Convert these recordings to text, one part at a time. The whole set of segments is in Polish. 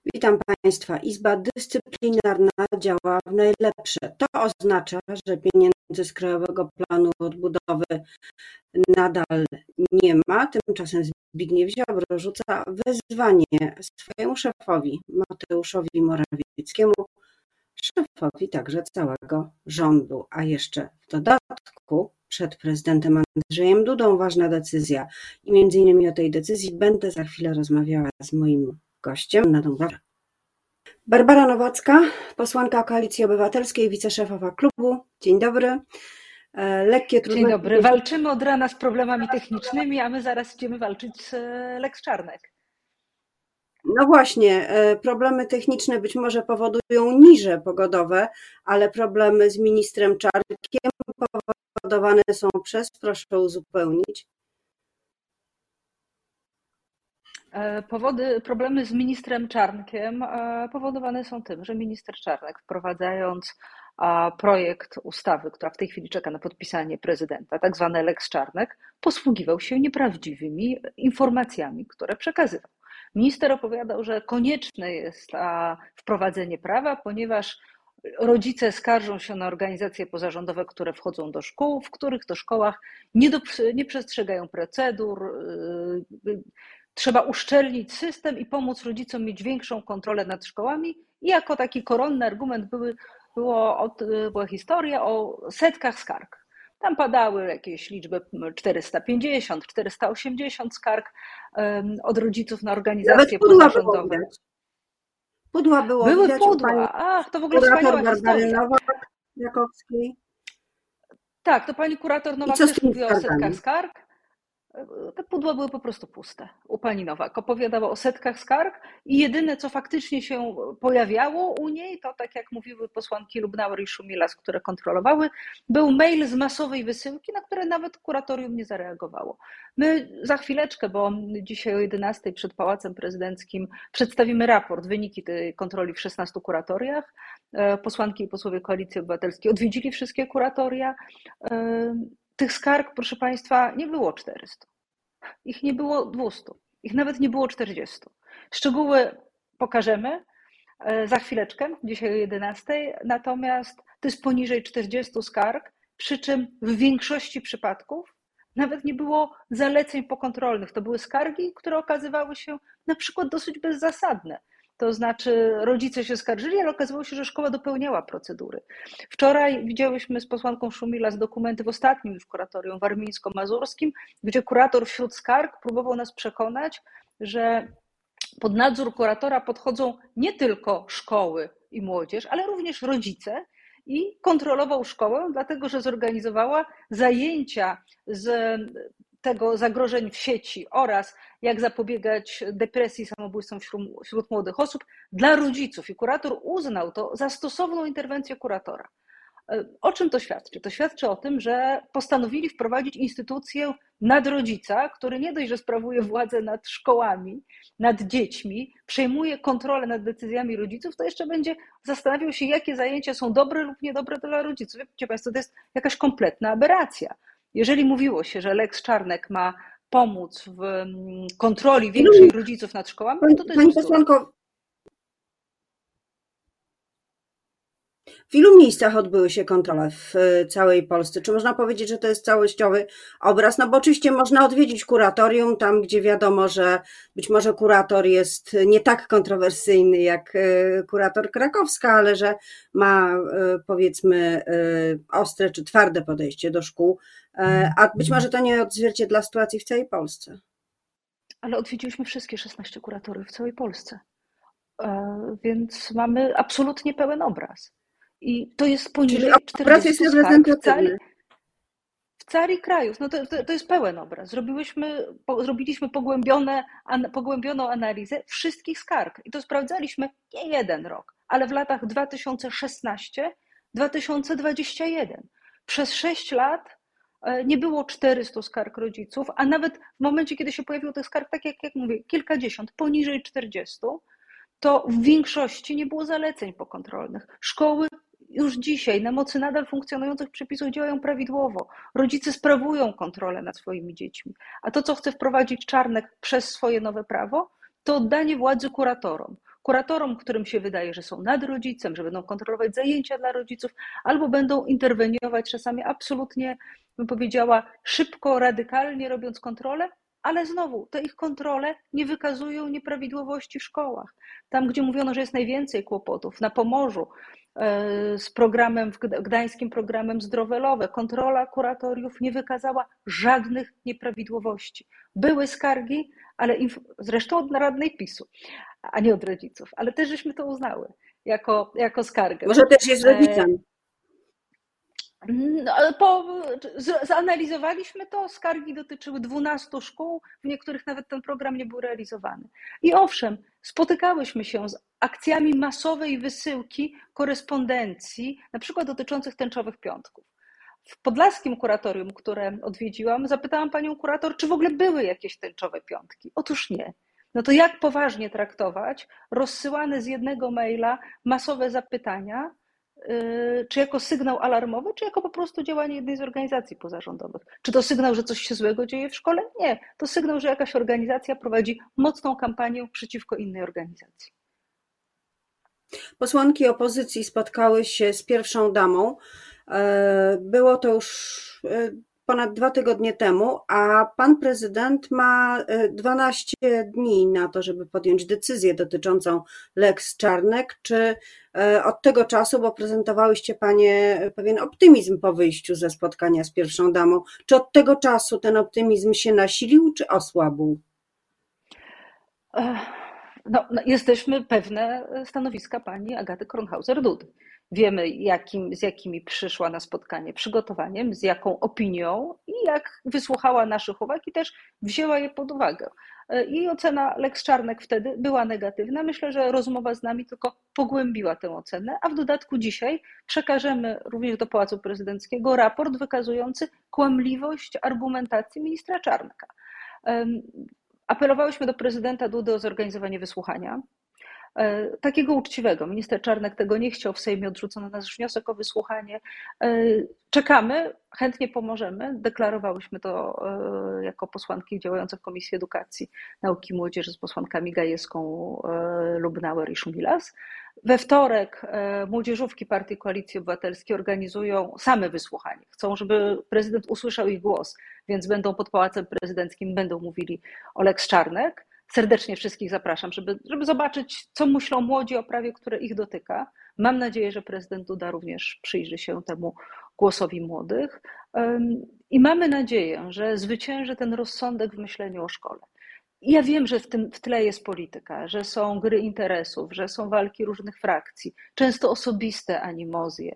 Witam Państwa. Izba Dyscyplinarna działa w najlepsze. To oznacza, że pieniędzy z Krajowego Planu Odbudowy nadal nie ma. Tymczasem Zbigniew Ziobro rzuca wyzwanie swojemu szefowi Mateuszowi Morawieckiemu, szefowi także całego rządu. A jeszcze w dodatku przed prezydentem Andrzejem Dudą ważna decyzja. I między innymi o tej decyzji będę za chwilę rozmawiała z moim gościem na Dąbrowie. Barbara Nowacka, posłanka Koalicji Obywatelskiej, wiceszefowa klubu. Dzień dobry. Dzień dobry. Walczymy od rana z problemami technicznymi, a my zaraz idziemy walczyć z Lex Czarnek. No właśnie, problemy techniczne być może powodują niże pogodowe, ale problemy z ministrem Czarnkiem powodowane są przez, proszę uzupełnić. Problemy z ministrem Czarnkiem powodowane są tym, że minister Czarnek, wprowadzając projekt ustawy, która w tej chwili czeka na podpisanie prezydenta, tak zwany Lex Czarnek, posługiwał się nieprawdziwymi informacjami, które przekazywał. Minister opowiadał, że konieczne jest wprowadzenie prawa, ponieważ rodzice skarżą się na organizacje pozarządowe, które wchodzą do szkół, w których to szkołach nie przestrzegają procedur. Trzeba uszczelnić system i pomóc rodzicom mieć większą kontrolę nad szkołami. I jako taki koronny argument była historia o setkach skarg. Tam padały jakieś liczby 450, 480 skarg od rodziców na organizacje pozarządowe. Pudła było Były widać pudła. Ach, to w ogóle wspaniała historia. Nowak-Jakowskiej. Tak, to pani kurator Nowak też mówiła o setkach skarg. Te pudła były po prostu puste u pani Nowak. Opowiadała o setkach skarg i jedyne, co faktycznie się pojawiało u niej, to tak jak mówiły posłanki Lubnauer i Szumilas, które kontrolowały, był mail z masowej wysyłki, na które nawet kuratorium nie zareagowało. My za chwileczkę, bo dzisiaj o 11 przed Pałacem Prezydenckim przedstawimy raport, wyniki tej kontroli w 16 kuratoriach. Posłanki i posłowie Koalicji Obywatelskiej odwiedzili wszystkie kuratoria. Tych skarg, proszę Państwa, nie było 400, ich nie było 200, ich nawet nie było 40. Szczegóły pokażemy za chwileczkę, dzisiaj o 11, natomiast to jest poniżej 40 skarg, przy czym w większości przypadków nawet nie było zaleceń pokontrolnych. To były skargi, które okazywały się na przykład dosyć bezzasadne. To znaczy rodzice się skarżyli, ale okazało się, że szkoła dopełniała procedury. Wczoraj widziałyśmy z posłanką Szumilas dokumenty w ostatnim już kuratorium warmińsko-mazurskim, gdzie kurator wśród skarg próbował nas przekonać, że pod nadzór kuratora podchodzą nie tylko szkoły i młodzież, ale również rodzice i kontrolował szkołę, dlatego że zorganizowała zajęcia z tego zagrożeń w sieci oraz jak zapobiegać depresji i samobójstwom wśród młodych osób dla rodziców. I kurator uznał to za stosowną interwencję kuratora. O czym to świadczy? To świadczy o tym, że postanowili wprowadzić instytucję nadrodzica, który nie dość, że sprawuje władzę nad szkołami, nad dziećmi, przejmuje kontrolę nad decyzjami rodziców, to jeszcze będzie zastanawiał się, jakie zajęcia są dobre lub niedobre dla rodziców. Wiecie Państwo, to jest jakaś kompletna aberracja. Jeżeli mówiło się, że Lex Czarnek ma pomóc w kontroli większej rodziców nad szkołami, to jest Pani posłanko, w ilu miejscach odbyły się kontrole w całej Polsce? Czy można powiedzieć, że to jest całościowy obraz? No bo oczywiście można odwiedzić kuratorium, tam gdzie wiadomo, że być może kurator jest nie tak kontrowersyjny jak kurator krakowska, ale że ma powiedzmy ostre czy twarde podejście do szkół, a być może to nie odzwierciedla sytuacji w całej Polsce. Ale odwiedziliśmy wszystkie 16 kuratoriów w całej Polsce, więc mamy absolutnie pełen obraz. I to jest poniżej 40 skarg w całym kraju. No to jest pełen obraz. Zrobiliśmy pogłębioną analizę wszystkich skarg i to sprawdzaliśmy nie jeden rok, ale w latach 2016-2021. Przez 6 lat nie było 400 skarg rodziców, a nawet w momencie, kiedy się pojawiło tych skarg, tak jak mówię, kilkadziesiąt, poniżej 40, to w większości nie było zaleceń pokontrolnych. Szkoły już dzisiaj na mocy nadal funkcjonujących przepisów działają prawidłowo. Rodzice sprawują kontrolę nad swoimi dziećmi. A to, co chce wprowadzić Czarnek przez swoje nowe prawo, to oddanie władzy kuratorom. Kuratorom, którym się wydaje, że są nad rodzicem, że będą kontrolować zajęcia dla rodziców, albo będą interweniować czasami absolutnie, bym powiedziała, szybko, radykalnie robiąc kontrolę, ale znowu te ich kontrole nie wykazują nieprawidłowości w szkołach. Tam, gdzie mówiono, że jest najwięcej kłopotów, na Pomorzu, z programem, gdańskim programem Zdrowelowe, kontrola kuratoriów nie wykazała żadnych nieprawidłowości. Były skargi, ale zresztą od radnej PiS-u, a nie od rodziców, ale też żeśmy to uznały jako skargę. Może też jest rodzicem. No, zanalizowaliśmy to, skargi dotyczyły 12 szkół, w niektórych nawet ten program nie był realizowany. I owszem, spotykałyśmy się z akcjami masowej wysyłki korespondencji, na przykład dotyczących tęczowych piątków. W podlaskim kuratorium, które odwiedziłam, zapytałam panią kurator, czy w ogóle były jakieś tęczowe piątki. Otóż nie. No to jak poważnie traktować rozsyłane z jednego maila masowe zapytania, czy jako sygnał alarmowy, czy jako po prostu działanie jednej z organizacji pozarządowych? Czy to sygnał, że coś się złego dzieje w szkole? Nie. To sygnał, że jakaś organizacja prowadzi mocną kampanię przeciwko innej organizacji. Posłanki opozycji spotkały się z pierwszą damą. Było to już ponad 2 tygodnie temu, a pan prezydent ma 12 dni na to, żeby podjąć decyzję dotyczącą Lex Czarnek. Czy od tego czasu, bo prezentowałyście panie pewien optymizm po wyjściu ze spotkania z pierwszą damą, czy od tego czasu ten optymizm się nasilił, czy osłabł? No, jesteśmy pewne stanowiska pani Agaty Kornhauser-Dudy. Wiemy, z jakimi przyszła na spotkanie przygotowaniem, z jaką opinią i jak wysłuchała naszych uwag i też wzięła je pod uwagę. Jej ocena Lex Czarnek wtedy była negatywna. Myślę, że rozmowa z nami tylko pogłębiła tę ocenę, a w dodatku dzisiaj przekażemy również do Pałacu Prezydenckiego raport wykazujący kłamliwość argumentacji ministra Czarnka. Apelowałyśmy do prezydenta Dudy o zorganizowanie wysłuchania. Takiego uczciwego. Minister Czarnek tego nie chciał, w Sejmie odrzucono nasz wniosek o wysłuchanie. Czekamy, chętnie pomożemy. Deklarowałyśmy to jako posłanki działające w Komisji Edukacji, Nauki i Młodzieży z posłankami Gajewską, Lubnauer i Szumilas. We wtorek młodzieżówki Partii Koalicji Obywatelskiej organizują same wysłuchanie. Chcą, żeby prezydent usłyszał ich głos, więc będą pod Pałacem Prezydenckim, będą mówili o Lex Czarnek. Serdecznie wszystkich zapraszam, żeby zobaczyć, co myślą młodzi o prawie, które ich dotyka. Mam nadzieję, że prezydent Duda również przyjrzy się temu głosowi młodych i mamy nadzieję, że zwycięży ten rozsądek w myśleniu o szkole. I ja wiem, że w tle jest polityka, że są gry interesów, że są walki różnych frakcji, często osobiste animozje,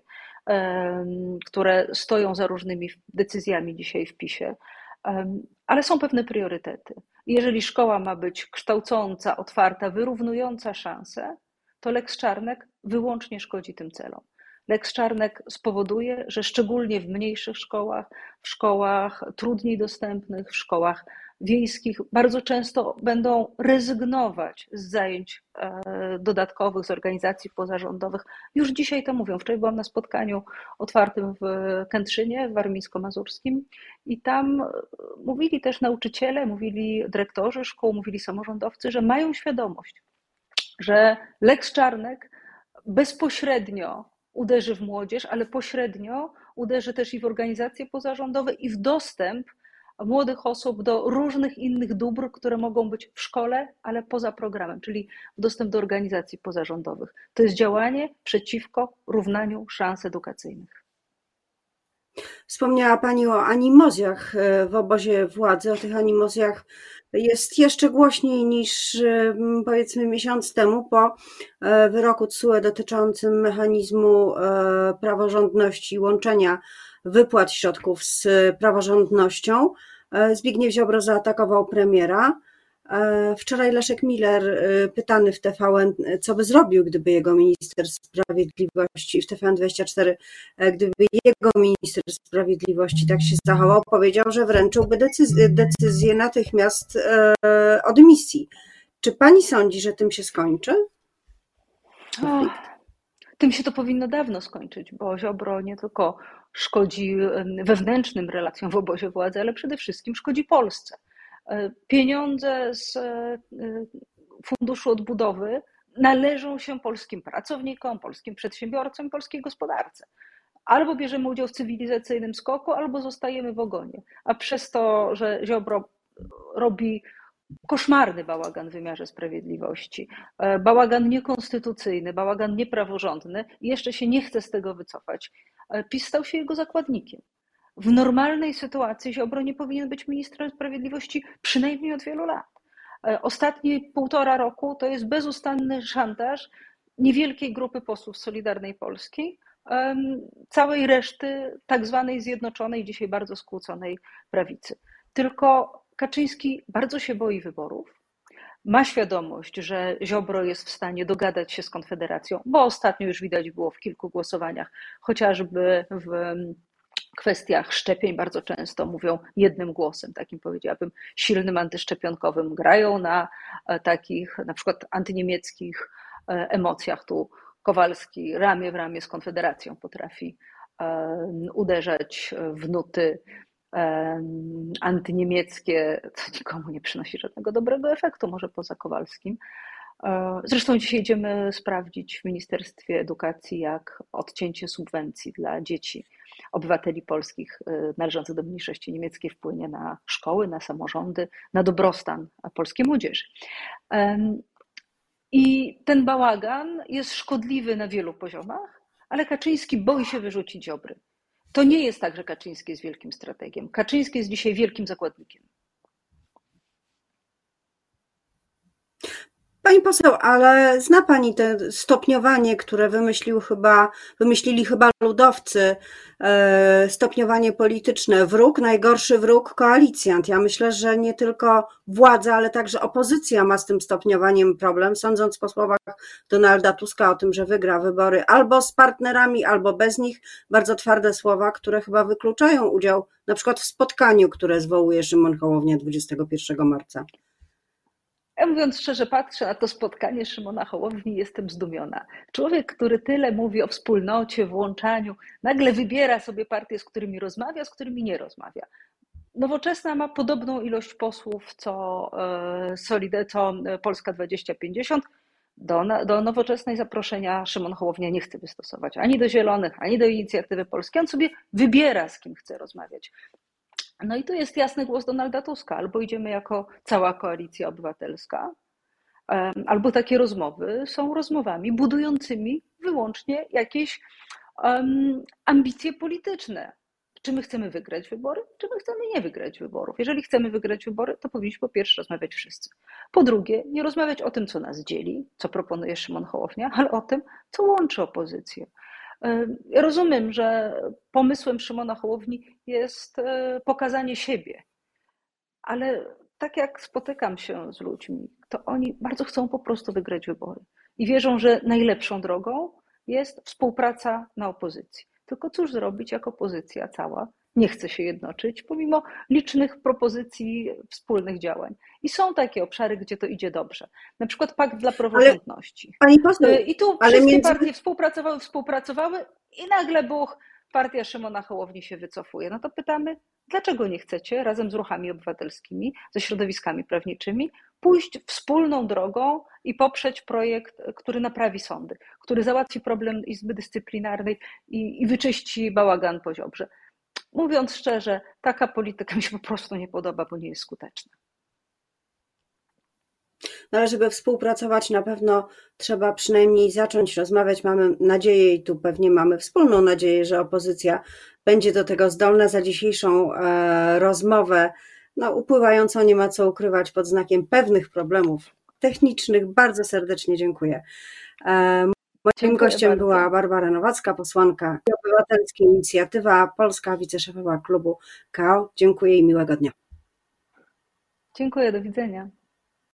które stoją za różnymi decyzjami dzisiaj w PiS-ie, ale są pewne priorytety. Jeżeli szkoła ma być kształcąca, otwarta, wyrównująca szanse, to Lex Czarnek wyłącznie szkodzi tym celom. Lex Czarnek spowoduje, że szczególnie w mniejszych szkołach, w szkołach trudniej dostępnych, w szkołach wiejskich bardzo często będą rezygnować z zajęć dodatkowych, z organizacji pozarządowych. Już dzisiaj to mówią. Wczoraj byłam na spotkaniu otwartym w Kętrzynie, w warmińsko-mazurskim i tam mówili też nauczyciele, mówili dyrektorzy szkół, mówili samorządowcy, że mają świadomość, że Lex Czarnek bezpośrednio uderzy w młodzież, ale pośrednio uderzy też i w organizacje pozarządowe i w dostęp młodych osób do różnych innych dóbr, które mogą być w szkole, ale poza programem, czyli dostęp do organizacji pozarządowych. To jest działanie przeciwko równaniu szans edukacyjnych. Wspomniała pani o animozjach w obozie władzy. O tych animozjach jest jeszcze głośniej niż powiedzmy miesiąc temu po wyroku TSUE dotyczącym mechanizmu praworządności i łączenia wypłat środków z praworządnością. Zbigniew Ziobro zaatakował premiera. Wczoraj Leszek Miller, pytany w TVN, co by zrobił, gdyby jego minister sprawiedliwości, w TVN24, gdyby jego minister sprawiedliwości tak się zachował, powiedział, że wręczyłby decyzję natychmiast o dymisji. Czy pani sądzi, że tym się skończy? Tym się to powinno dawno skończyć, bo Ziobro nie tylko szkodzi wewnętrznym relacjom w obozie władzy, ale przede wszystkim szkodzi Polsce. Pieniądze z Funduszu Odbudowy należą się polskim pracownikom, polskim przedsiębiorcom, polskiej gospodarce. Albo bierzemy udział w cywilizacyjnym skoku, albo zostajemy w ogonie. A przez to, że Ziobro robi koszmarny bałagan w wymiarze sprawiedliwości, bałagan niekonstytucyjny, bałagan niepraworządny i jeszcze się nie chce z tego wycofać, PiS stał się jego zakładnikiem. W normalnej sytuacji Ziobro nie powinien być ministrem sprawiedliwości przynajmniej od wielu lat. Ostatnie 1,5 roku to jest bezustanny szantaż niewielkiej grupy posłów Solidarnej Polski, całej reszty tak zwanej zjednoczonej, dzisiaj bardzo skłóconej prawicy. Tylko Kaczyński bardzo się boi wyborów, ma świadomość, że Ziobro jest w stanie dogadać się z Konfederacją, bo ostatnio już widać było w kilku głosowaniach, chociażby w kwestiach szczepień bardzo często mówią jednym głosem, takim powiedziałabym silnym, antyszczepionkowym. Grają na takich na przykład antyniemieckich emocjach. Tu Kowalski ramię w ramię z Konfederacją potrafi uderzać w nuty antyniemieckie, co nikomu nie przynosi żadnego dobrego efektu, może poza Kowalskim. Zresztą dzisiaj idziemy sprawdzić w Ministerstwie Edukacji, jak odcięcie subwencji dla dzieci obywateli polskich należących do mniejszości niemieckiej wpłynie na szkoły, na samorządy, na dobrostan polskiej młodzieży. I ten bałagan jest szkodliwy na wielu poziomach, ale Kaczyński boi się wyrzucić Ziobry. To nie jest tak, że Kaczyński jest wielkim strategiem. Kaczyński jest dzisiaj wielkim zakładnikiem. Pani poseł, ale zna Pani to stopniowanie, które wymyślili chyba ludowcy, stopniowanie polityczne, wróg, najgorszy wróg, koalicjant. Ja myślę, że nie tylko władza, ale także opozycja ma z tym stopniowaniem problem, sądząc po słowach Donalda Tuska o tym, że wygra wybory albo z partnerami, albo bez nich. Bardzo twarde słowa, które chyba wykluczają udział na przykład w spotkaniu, które zwołuje Szymon Hołownia 21 marca. Ja mówiąc szczerze, patrzę na to spotkanie Szymona Hołowni i jestem zdumiona. Człowiek, który tyle mówi o wspólnocie, włączaniu, nagle wybiera sobie partie, z którymi rozmawia, z którymi nie rozmawia. Nowoczesna ma podobną ilość posłów co Polska 2050. Do Nowoczesnej zaproszenia Szymon Hołownia nie chce wystosować ani do Zielonych, ani do Inicjatywy Polskiej. On sobie wybiera, z kim chce rozmawiać. No i tu jest jasny głos Donalda Tuska. Albo idziemy jako cała koalicja obywatelska, albo takie rozmowy są rozmowami budującymi wyłącznie jakieś ambicje polityczne. Czy my chcemy wygrać wybory, czy my chcemy nie wygrać wyborów? Jeżeli chcemy wygrać wybory, to powinniśmy po pierwsze rozmawiać wszyscy. Po drugie, nie rozmawiać o tym, co nas dzieli, co proponuje Szymon Hołownia, ale o tym, co łączy opozycję. Ja rozumiem, że pomysłem Szymona Hołowni jest pokazanie siebie, ale tak jak spotykam się z ludźmi, to oni bardzo chcą po prostu wygrać wybory i wierzą, że najlepszą drogą jest współpraca na opozycji. Tylko cóż zrobić, jak opozycja cała nie chce się jednoczyć, pomimo licznych propozycji wspólnych działań. I są takie obszary, gdzie to idzie dobrze. Na przykład Pakt dla Praworządności. Pani poseł, I tu wszystkie partie współpracowały i nagle partia Szymona Hołowni się wycofuje. No to pytamy, dlaczego nie chcecie razem z ruchami obywatelskimi, ze środowiskami prawniczymi pójść wspólną drogą i poprzeć projekt, który naprawi sądy, który załatwi problem Izby Dyscyplinarnej i wyczyści bałagan po Ziobrze. Mówiąc szczerze, taka polityka mi się po prostu nie podoba, bo nie jest skuteczna. No ale żeby współpracować, na pewno trzeba przynajmniej zacząć rozmawiać. Mamy nadzieję i tu pewnie mamy wspólną nadzieję, że opozycja będzie do tego zdolna. Za dzisiejszą rozmowę, upływającą, nie ma co ukrywać, pod znakiem pewnych problemów technicznych, bardzo serdecznie dziękuję. Moim gościem bardzo była Barbara Nowacka, posłanka Obywatelskiej Inicjatywa Polska, wiceszefowa klubu KO. Dziękuję i miłego dnia. Dziękuję, do widzenia.